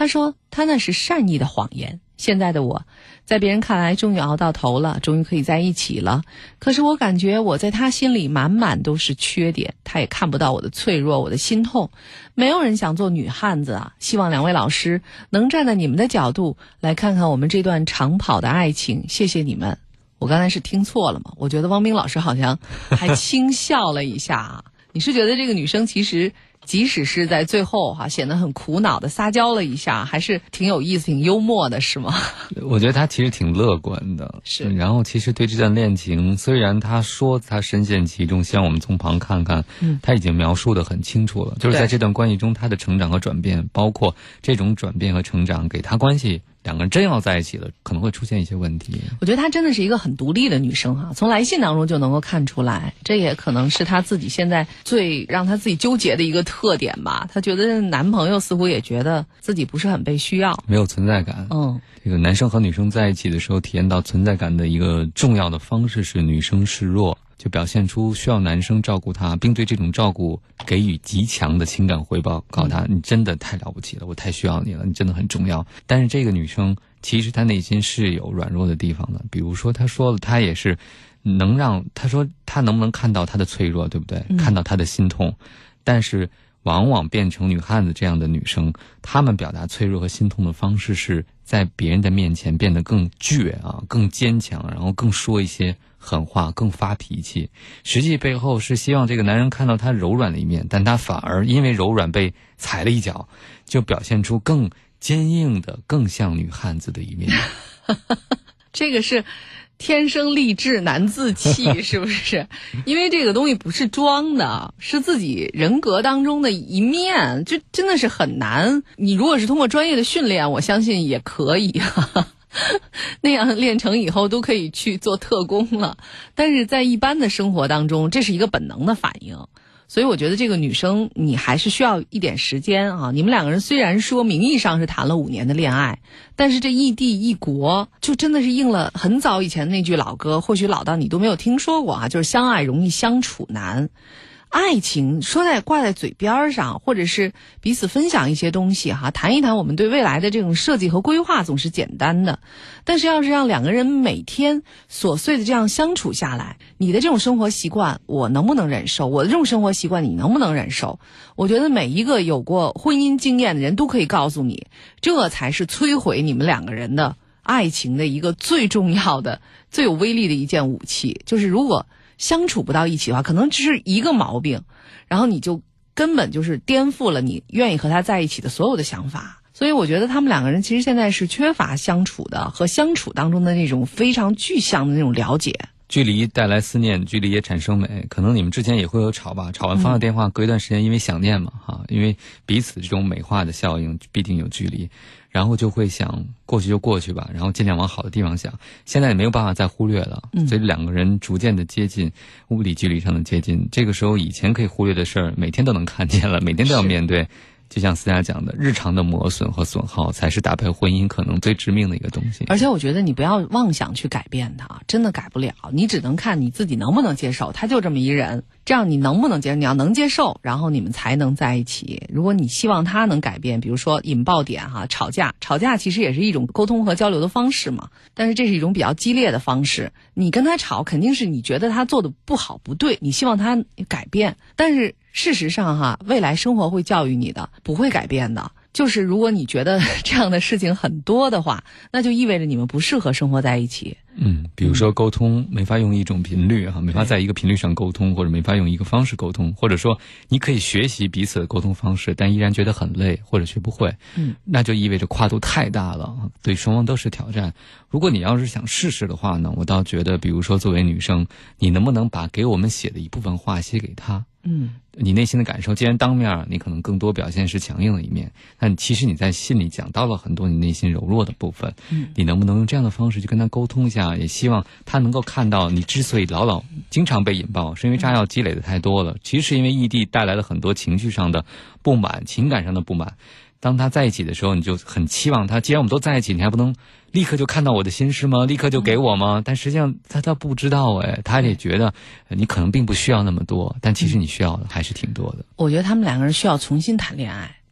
A: 他那是善意的谎言。现在的我，在别人看来终于熬到头了，终于可以在一起了。可是我感觉我在他心里满满都是缺点，他也看不到我的脆弱，我的心痛。没有人想做女汉子啊！希望两位老师能站在你们的角度来看看我们这段长跑的爱情。谢谢你们。我刚才是听错了吗？我觉得汪冰老师好像还轻笑了一下啊。你是觉得这个女生其实即使是在最后哈、啊、显得很苦恼的撒娇了一下，还是挺有意思挺幽默的，是吗？
B: 我觉得他其实挺乐观的，
A: 是。
B: 然后其实对这段恋情，虽然他说他深陷其中，希望我们从旁看看，嗯，他已经描述得很清楚了，就是在这段关系中他的成长和转变，包括这种转变和成长给他关系两个人真要在一起了，可能会出现一些问题。
A: 我觉得她真的是一个很独立的女生啊，从来信当中就能够看出来，这也可能是她自己现在最让她自己纠结的一个特点吧。她觉得男朋友似乎也觉得自己不是很被需要，
B: 没有存在感。
A: 嗯，
B: 这个男生和女生在一起的时候，体验到存在感的一个重要的方式是女生示弱。就表现出需要男生照顾她，并对这种照顾给予极强的情感回报，告诉她你真的太了不起了，我太需要你了，你真的很重要。但是这个女生其实她内心是有软弱的地方的，比如说她说了，她也是能让她说她能不能看到她的脆弱，对不对？嗯、看到她的心痛，但是往往变成女汉子这样的女生，她们表达脆弱和心痛的方式是在别人的面前变得更倔啊，更坚强，然后更说一些狠话，更发脾气。实际背后是希望这个男人看到她柔软的一面，但她反而因为柔软被踩了一脚，就表现出更坚硬的、更像女汉子的一面。
A: 这个是天生丽质难自弃，是不是？因为这个东西不是装的，是自己人格当中的一面，就真的是很难。你如果是通过专业的训练，我相信也可以那样练成以后都可以去做特工了。但是在一般的生活当中，这是一个本能的反应。所以我觉得这个女生你还是需要一点时间啊。你们两个人虽然说名义上是谈了五年的恋爱，但是这异地异国就真的是应了很早以前那句老歌，或许老到你都没有听说过啊，就是相爱容易相处难。爱情说在挂在嘴边上，或者是彼此分享一些东西哈，谈一谈我们对未来的这种设计和规划总是简单的，但是要是让两个人每天琐碎的这样相处下来，你的这种生活习惯我能不能忍受，我的这种生活习惯你能不能忍受，我觉得每一个有过婚姻经验的人都可以告诉你，这才是摧毁你们两个人的爱情的一个最重要的最有威力的一件武器。就是如果相处不到一起的话，可能只是一个毛病，然后你就根本就是颠覆了你愿意和他在一起的所有的想法。所以我觉得他们两个人其实现在是缺乏相处的，和相处当中的那种非常具象的那种了解。
B: 距离带来思念，距离也产生美。可能你们之前也会有吵吧，吵完放下电话，隔一段时间因为想念嘛哈，因为彼此这种美化的效应必定有距离，然后就会想过去就过去吧，然后尽量往好的地方想。现在也没有办法再忽略了，所以两个人逐渐的接近，物理距离上的接近。这个时候以前可以忽略的事儿，每天都能看见了，每天都要面对。就像思佳讲的，日常的磨损和损耗才是打败婚姻可能最致命的一个东西。
A: 而且我觉得你不要妄想去改变它，真的改不了，你只能看你自己能不能接受，他就这么一人，这样你能不能接受，你要能接受，然后你们才能在一起。如果你希望他能改变，比如说引爆点哈，吵架，吵架其实也是一种沟通和交流的方式嘛，但是这是一种比较激烈的方式。你跟他吵肯定是你觉得他做的不好不对，你希望他改变，但是事实上哈，未来生活会教育你的，不会改变的。就是如果你觉得这样的事情很多的话，那就意味着你们不适合生活在一起。
B: 嗯，比如说沟通没法用一种频率哈，没法在一个频率上沟通，或者没法用一个方式沟通，或者说你可以学习彼此的沟通方式，但依然觉得很累或者学不会，嗯，那就意味着跨度太大了，对双方都是挑战。如果你要是想试试的话呢，我倒觉得，比如说作为女生，你能不能把给我们写的一部分话写给他？嗯，你内心的感受，既然当面你可能更多表现是强硬的一面，但其实你在心里讲到了很多你内心柔弱的部分。嗯，你能不能用这样的方式去跟他沟通一下？也希望他能够看到，你之所以老老经常被引爆，是因为炸药积累的太多了，其实是因为异地带来了很多情绪上的不满，情感上的不满。当他在一起的时候，你就很期望他，既然我们都在一起，你还不能立刻就看到我的心事吗？立刻就给我吗？但实际上他他不知道哎，他也觉得你可能并不需要那么多，但其实你需要的还是挺多的。
A: 我觉得他们两个人需要重新谈恋爱。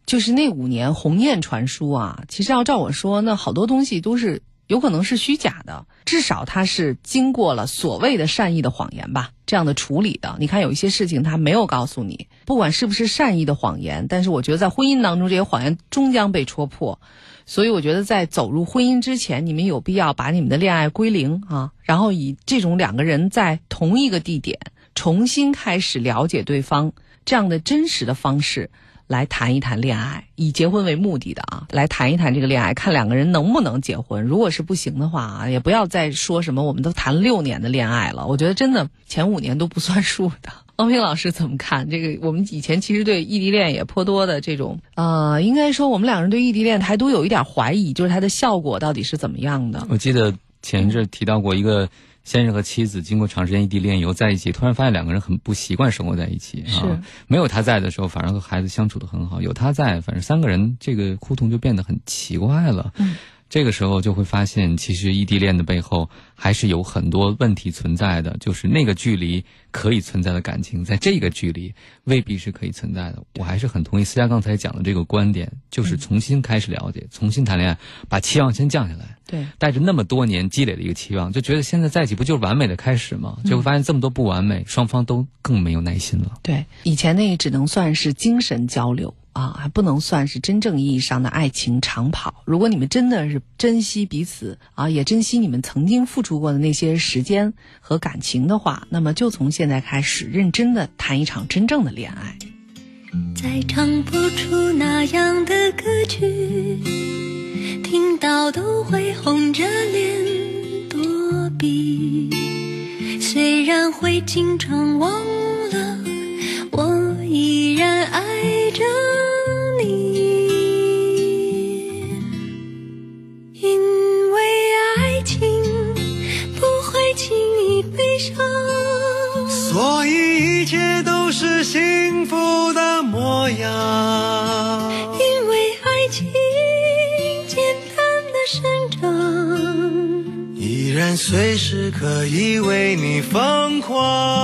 A: 就是那五年鸿雁传书啊，其实要照我说，那好多东西都是有可能是虚假的，至少它是经过了所谓的善意的谎言吧，这样的处理的。你看有一些事情他没有告诉你，不管是不是善意的谎言，但是我觉得在婚姻当中这些谎言终将被戳破。所以我觉得在走入婚姻之前，你们有必要把你们的恋爱归零啊，然后以这种两个人在同一个地点重新开始了解对方这样的真实的方式来谈一谈恋爱，以结婚为目的的啊，来谈一谈这个恋爱，看两个人能不能结婚。如果是不行的话啊，也不要再说什么我们都谈六年的恋爱了，我觉得真的前五年都不算数的。汪平老师怎么看这个？我们以前其实对异地恋也颇多的这种，呃，应该说我们两人对异地恋还都有一点怀疑，就是它的效果到底是怎么样的。
B: 我记得前一阵提到过一个先生和妻子经过长时间异地恋以后在一起，突然发现两个人很不习惯生活在一起。
A: 是、
B: 啊、没有他在的时候，反而和孩子相处得很好；有他在，反正三个人这个互动就变得很奇怪了。
A: 嗯。
B: 这个时候就会发现，其实异地恋的背后还是有很多问题存在的，就是那个距离可以存在的感情，在这个距离未必是可以存在的。我还是很同意思佳刚才讲的这个观点，就是重新开始了解，嗯、重新谈恋爱，把期望先降下来。
A: 对，
B: 带着那么多年积累的一个期望，就觉得现在在一起不就是完美的开始吗？就会发现这么多不完美，双方都更没有耐心了。
A: 对，以前那只能算是精神交流啊，还不能算是真正意义上的爱情长跑。如果你们真的是珍惜彼此啊，也珍惜你们曾经付出过的那些时间和感情的话，那么就从现在开始认真的谈一场真正的恋爱。
D: 再唱不出那样的歌曲，听到都会红着脸躲避，虽然会经常忘了，我依然爱着你，因为爱情不会轻易悲伤，
C: 所以一切都是幸福的模样，
D: 因为爱情简单的生长，
C: 依然随时可以为你疯狂，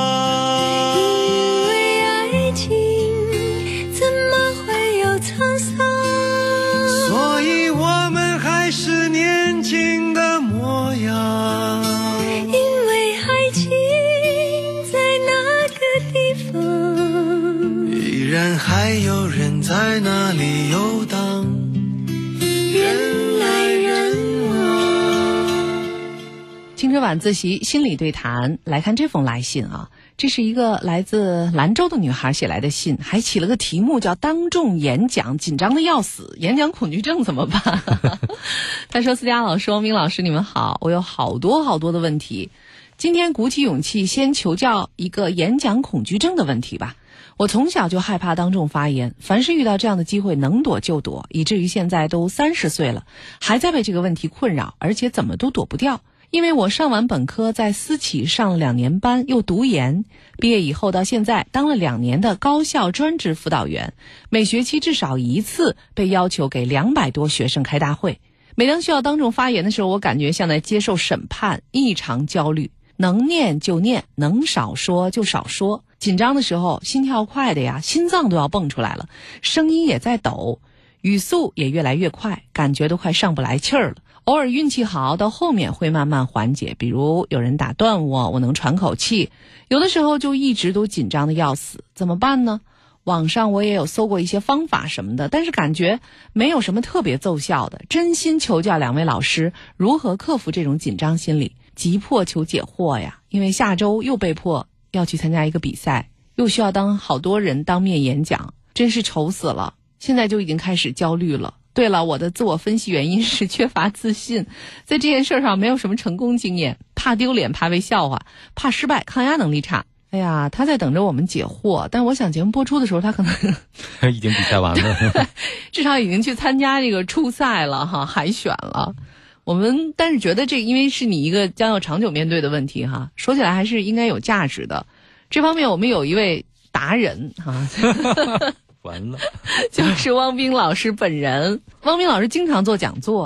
D: 因为爱情怎么会有沧桑，
C: 所以我们还是年轻的模样，
D: 因为爱情在那个地方，
C: 依然还有人在那里游荡，人来人往。
A: 青春晚自习心理对谈，来看这封来信啊，这是一个来自兰州的女孩写来的信，还起了个题目叫当众演讲，紧张的要死，演讲恐惧症怎么办？她说，思佳老师、汪冰老师你们好，我有好多好多的问题，今天鼓起勇气先求教一个演讲恐惧症的问题吧。我从小就害怕当众发言，凡是遇到这样的机会能躲就躲，以至于现在都三十岁了，还在被这个问题困扰，而且怎么都躲不掉。因为我上完本科在私企上了两年班，又读研，毕业以后到现在当了两年的高校专职辅导员，每学期至少一次被要求给两百多学生开大会。每当需要当众发言的时候，我感觉像在接受审判，异常焦虑，能念就念，能少说就少说。紧张的时候心跳快的呀，心脏都要蹦出来了，声音也在抖，语速也越来越快，感觉都快上不来气儿了。偶尔运气好，到后面会慢慢缓解，比如有人打断我，我能喘口气。有的时候就一直都紧张的要死，怎么办呢？网上我也有搜过一些方法什么的，但是感觉没有什么特别奏效的，真心求教两位老师如何克服这种紧张心理，急迫求解惑呀。因为下周又被迫要去参加一个比赛，又需要当好多人当面演讲，真是愁死了，现在就已经开始焦虑了。对了，我的自我分析原因是缺乏自信，在这件事上没有什么成功经验，怕丢脸，怕被笑话，怕失败，抗压能力差。哎呀，他在等着我们解惑，但我想节目播出的时候他可能
B: 已经比赛完了
A: 至少已经去参加这个初赛了哈，海选了。我们但是觉得这因为是你一个将要长久面对的问题哈，说起来还是应该有价值的。这方面我们有一位达人哈
B: 完了，
A: 就是汪冰老师本人。汪冰老师经常做讲座的，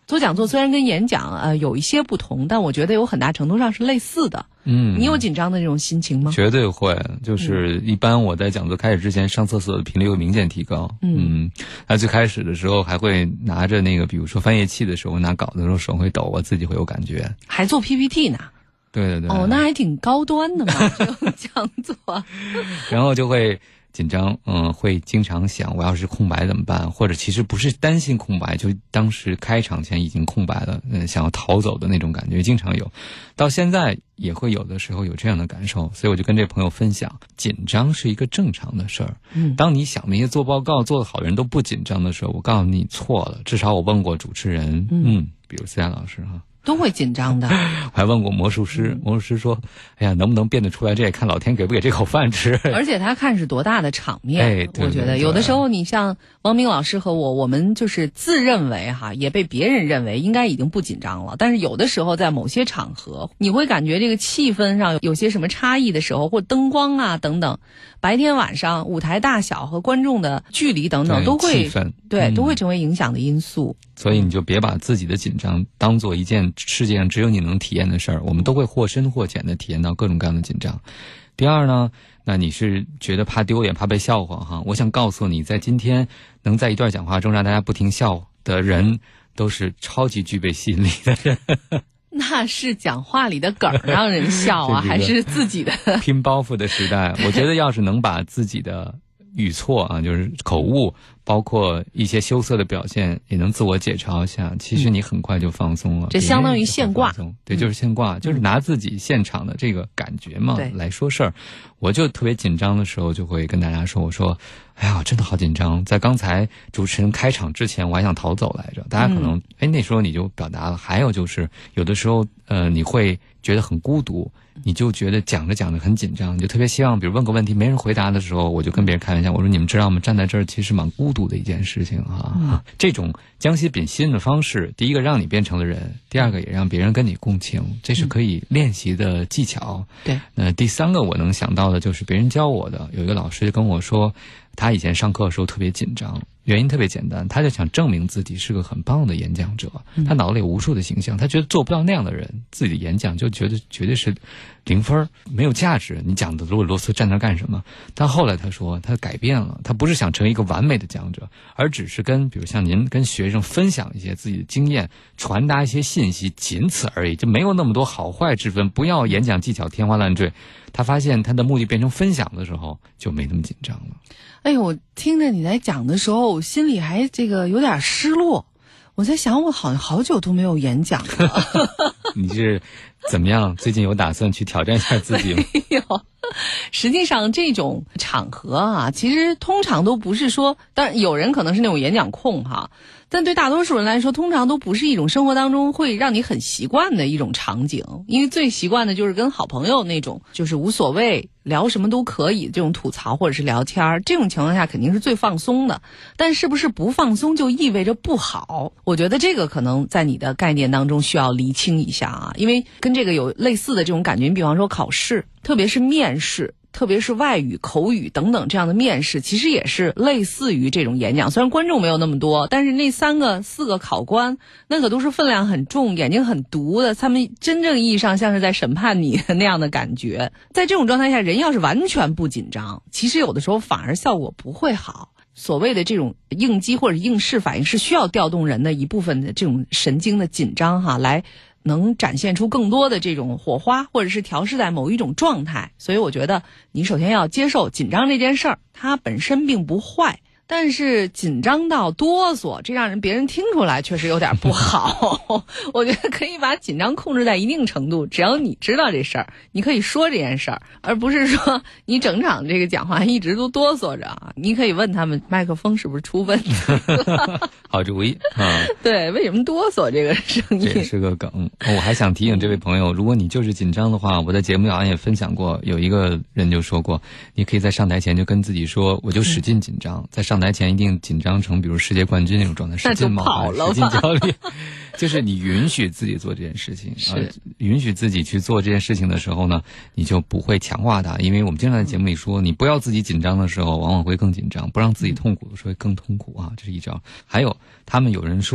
A: 做讲座虽然跟演讲呃有一些不同，但我觉得有很大程度上是类似的。
B: 嗯，
A: 你有紧张的这种心情吗？
B: 绝对会，就是一般我在讲座开始之前上厕所的频率会明显提高。嗯，那、嗯、最开始的时候还会拿着那个，比如说翻页器的时候，拿稿的时候手会抖，我自己会有感觉。
A: 还做 P P T 呢？
B: 对对对。
A: 哦，那还挺高端的嘛，这种讲座。
B: 然后就会紧张，嗯，会经常想我要是空白怎么办，或者其实不是担心空白，就当时开场前已经空白了，嗯，想要逃走的那种感觉经常有，到现在也会有的时候有这样的感受，所以我就跟这朋友分享，紧张是一个正常的事儿。嗯，当你想那些做报告做得好的人都不紧张的时候，我告诉你错了，至少我问过主持人，嗯，嗯比如思雅老师哈。
A: 都会紧张的。
B: 我还问过魔术师，魔术师说：“哎呀，能不能变得出来？这也看老天给不给这口饭吃。”
A: 而且他看是多大的场面，
B: 哎、对
A: 我觉得有的时候你像王明老师和我，我们就是自认为哈，也被别人认为应该已经不紧张了。但是有的时候在某些场合，你会感觉这个气氛上有些什么差异的时候，或灯光啊等等，白天晚上舞台大小和观众的距离等等，都会
B: 气氛
A: 对、
B: 嗯、
A: 都会成为影响的因素。
B: 所以你就别把自己的紧张当做一件世界上只有你能体验的事儿，我们都会或深或浅的体验到各种各样的紧张。第二呢，那你是觉得怕丢脸怕被笑话哈？我想告诉你，在今天能在一段讲话中让大家不停笑的人，都是超级具备吸引力的人。
A: 那是讲话里的梗让人笑啊，还是自己的
B: 拼包袱的时代？我觉得要是能把自己的语错啊，就是口误，包括一些羞涩的表现，也能自我解嘲一下，其实你很快就放松了。
A: 这相当于现挂，
B: 对，就是现挂，嗯、就是拿自己现场的这个感觉嘛、嗯、来说事儿。我就特别紧张的时候，就会跟大家说，我说，哎呀，真的好紧张。在刚才主持人开场之前，我还想逃走来着。大家可能，哎、嗯，那时候你就表达了。还有就是，有的时候，呃，你会觉得很孤独。你就觉得讲着讲着很紧张，你就特别希望比如问个问题没人回答的时候，我就跟别人开玩笑，我说你们知道吗，站在这儿其实蛮孤独的一件事情啊、嗯、这种将心比心的方式，第一个让你变成了人，第二个也让别人跟你共情，这是可以练习的技巧。
A: 对，
B: 那第三个我能想到的就是别人教我的，有一个老师就跟我说，他以前上课的时候特别紧张，原因特别简单，他就想证明自己是个很棒的演讲者，他脑子里有无数的形象，他觉得做不到那样的人，自己的演讲就觉得绝对是零分，没有价值，你讲的啰里啰嗦站那干什么？但后来他说他改变了，他不是想成为一个完美的讲者，而只是跟比如像您跟学生分享一些自己的经验，传达一些信息，仅此而已，就没有那么多好坏之分，不要演讲技巧天花乱坠。他发现他的目的变成分享的时候，就没那么紧张了。
A: 哎呦，我听着你在讲的时候，我心里还这个有点失落。我在想，我好像好久都没有演讲了。
B: 你是怎么样？最近有打算去挑战一下自己吗？
A: 没有。实际上这种场合啊，其实通常都不是说，当然有人可能是那种演讲控哈，但对大多数人来说，通常都不是一种生活当中会让你很习惯的一种场景，因为最习惯的就是跟好朋友那种，就是无所谓，聊什么都可以这种吐槽或者是聊天，这种情况下肯定是最放松的。但是不是不放松就意味着不好？我觉得这个可能在你的概念当中需要厘清一下啊，因为跟这个有类似的这种感觉，你比方说考试，特别是面试，特别是外语、口语等等这样的面试，其实也是类似于这种演讲，虽然观众没有那么多，但是那三个四个考官那可都是分量很重，眼睛很毒的，他们真正意义上像是在审判你的那样的感觉。在这种状态下，人要是完全不紧张，其实有的时候反而效果不会好。所谓的这种应激或者应试反应是需要调动人的一部分的这种神经的紧张哈，来能展现出更多的这种火花，或者是调试在某一种状态。所以我觉得你首先要接受紧张这件事儿，它本身并不坏，但是紧张到哆嗦，这让人别人听出来确实有点不好。我觉得可以把紧张控制在一定程度，只要你知道这事儿，你可以说这件事儿，而不是说你整场这个讲话一直都哆嗦着啊。你可以问他们麦克风是不是出问题。
B: 好主意啊！
A: 对，为什么哆嗦这个声音？
B: 这也是个梗。我还想提醒这位朋友，如果你就是紧张的话，我在节目上也分享过，有一个人就说过，你可以在上台前就跟自己说，我就使劲紧张，嗯、在上台前一定紧张成比如世界冠军那种状态，使劲冒汗，使劲焦虑。就是你允许自己做这件事情，是、呃、允许自己去做这件事情的时候呢，你就不会强化它。因为我们经常在节目里说，你不要自己紧张的时候，往往会更紧张；不让自己痛苦的时候会更痛苦啊，这是一招。还有，他们有人说，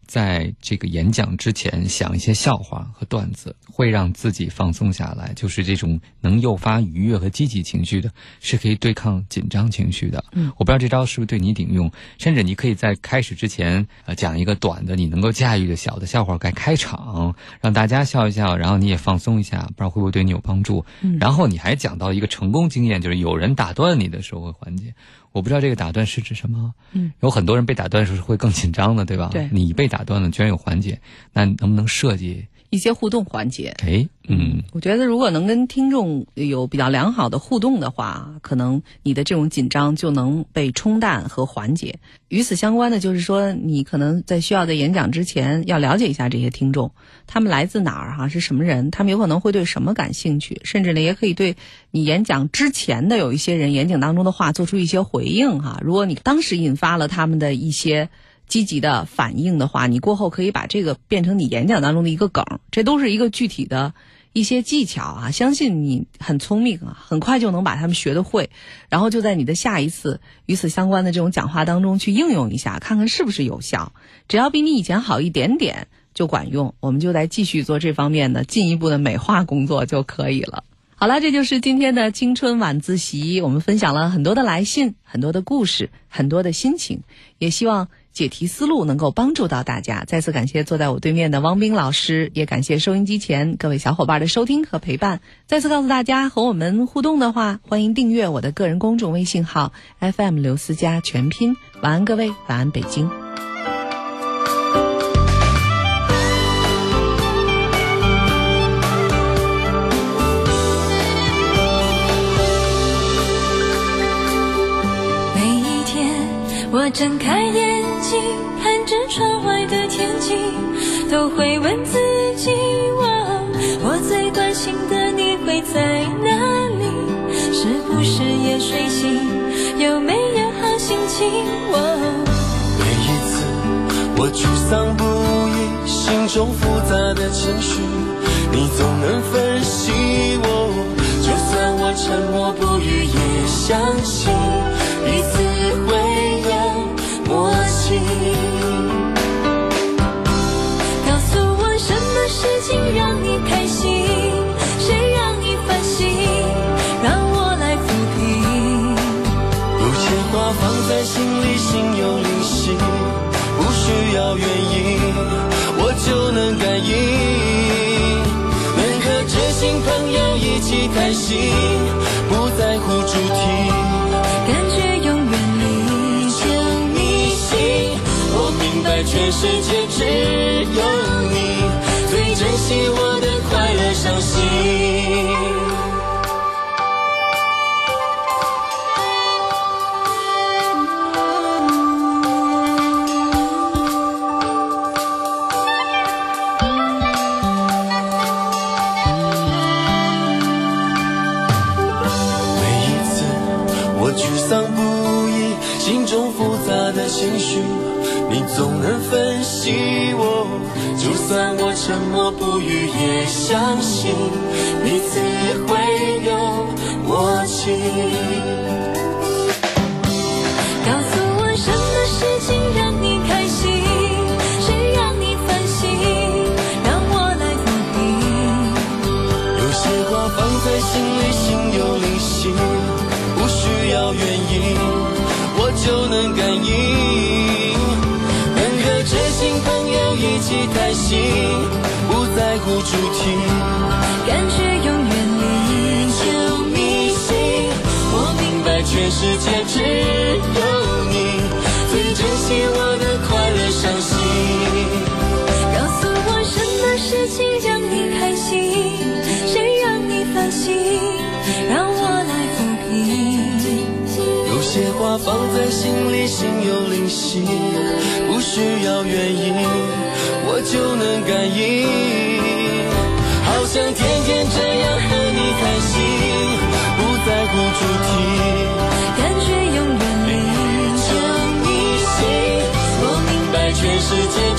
B: 在这个演讲之前想一些笑话和段子，会让自己放松下来，就是这种能诱发愉悦和积极情绪的，是可以对抗紧张情绪的。嗯，我不知道这招是不是对你顶用，甚至你可以在开始之前呃讲一个短的你能够驾驭的小的笑话该开场，让大家笑一笑，然后你也放松一下，不知道会不会对你有帮助。嗯，然后你还讲到一个成功经验，就是有人打断你的时候会缓解。我不知道这个打断是指什么，嗯，有很多人被打断的时候是会更紧张的，对吧？对，你被打断了，居然有缓解，那能不能设计
A: 一些互动环节？
B: 哎，嗯，
A: 我觉得如果能跟听众有比较良好的互动的话，可能你的这种紧张就能被冲淡和缓解。与此相关的就是说，你可能在需要在演讲之前要了解一下这些听众，他们来自哪儿哈，是什么人，他们有可能会对什么感兴趣，甚至呢也可以对你演讲之前的有一些人演讲当中的话做出一些回应哈。如果你当时引发了他们的一些积极的反应的话，你过后可以把这个变成你演讲当中的一个梗，这都是一个具体的一些技巧啊，相信你很聪明啊，很快就能把他们学得会，然后就在你的下一次与此相关的这种讲话当中去应用一下，看看是不是有效。只要比你以前好一点点就管用，我们就来继续做这方面的进一步的美化工作就可以了。好了，这就是今天的青春晚自习，我们分享了很多的来信，很多的故事，很多的心情，也希望解题思路能够帮助到大家。再次感谢坐在我对面的汪斌老师，也感谢收音机前各位小伙伴的收听和陪伴。再次告诉大家，和我们互动的话，欢迎订阅我的个人公众微信号 F M 刘思佳全拼。晚安各位，晚安北京。
D: 我睁开眼睛，看着窗外的天气，都会问自己，我我最关心的你会在哪里？是不是也睡醒？有没有好心情？我
C: 每一次我沮丧不已，心中复杂的情绪，你总能分析我。就算我沉默不语，也相信彼此会默契。
D: 告诉我什么事情让你开心，谁让你烦心，让我来抚平。
C: 有些话放在心里，心有灵犀，不需要原因，我就能感应。能和知心朋友一起开心，不在乎主题，
D: 感觉永远
C: 全世界只有你最珍惜我的快乐伤心。每一次我沮丧不已，心中复杂的情绪，你总能分析我。就算我沉默不语，也相信彼此会有默契。
D: 告诉我什么事情让你开心，谁让你烦心，让我来抚平。
C: 有些话放在心里，心有灵犀，不需要原因，我就能感应。知心朋友一起开心，不在乎主题，
D: 感觉永远
C: 历久弥新。我明白全世界只有你最珍惜我的快乐伤心。
D: 告诉我什么事情让你开心，谁让你烦心，让我来抚平。
C: 有些话放在心里，心有灵犀，不需要原因，我就能感应。好想天天这样和你开心，不在乎主题，
D: 感觉永远
C: 历久弥新。我明白全世界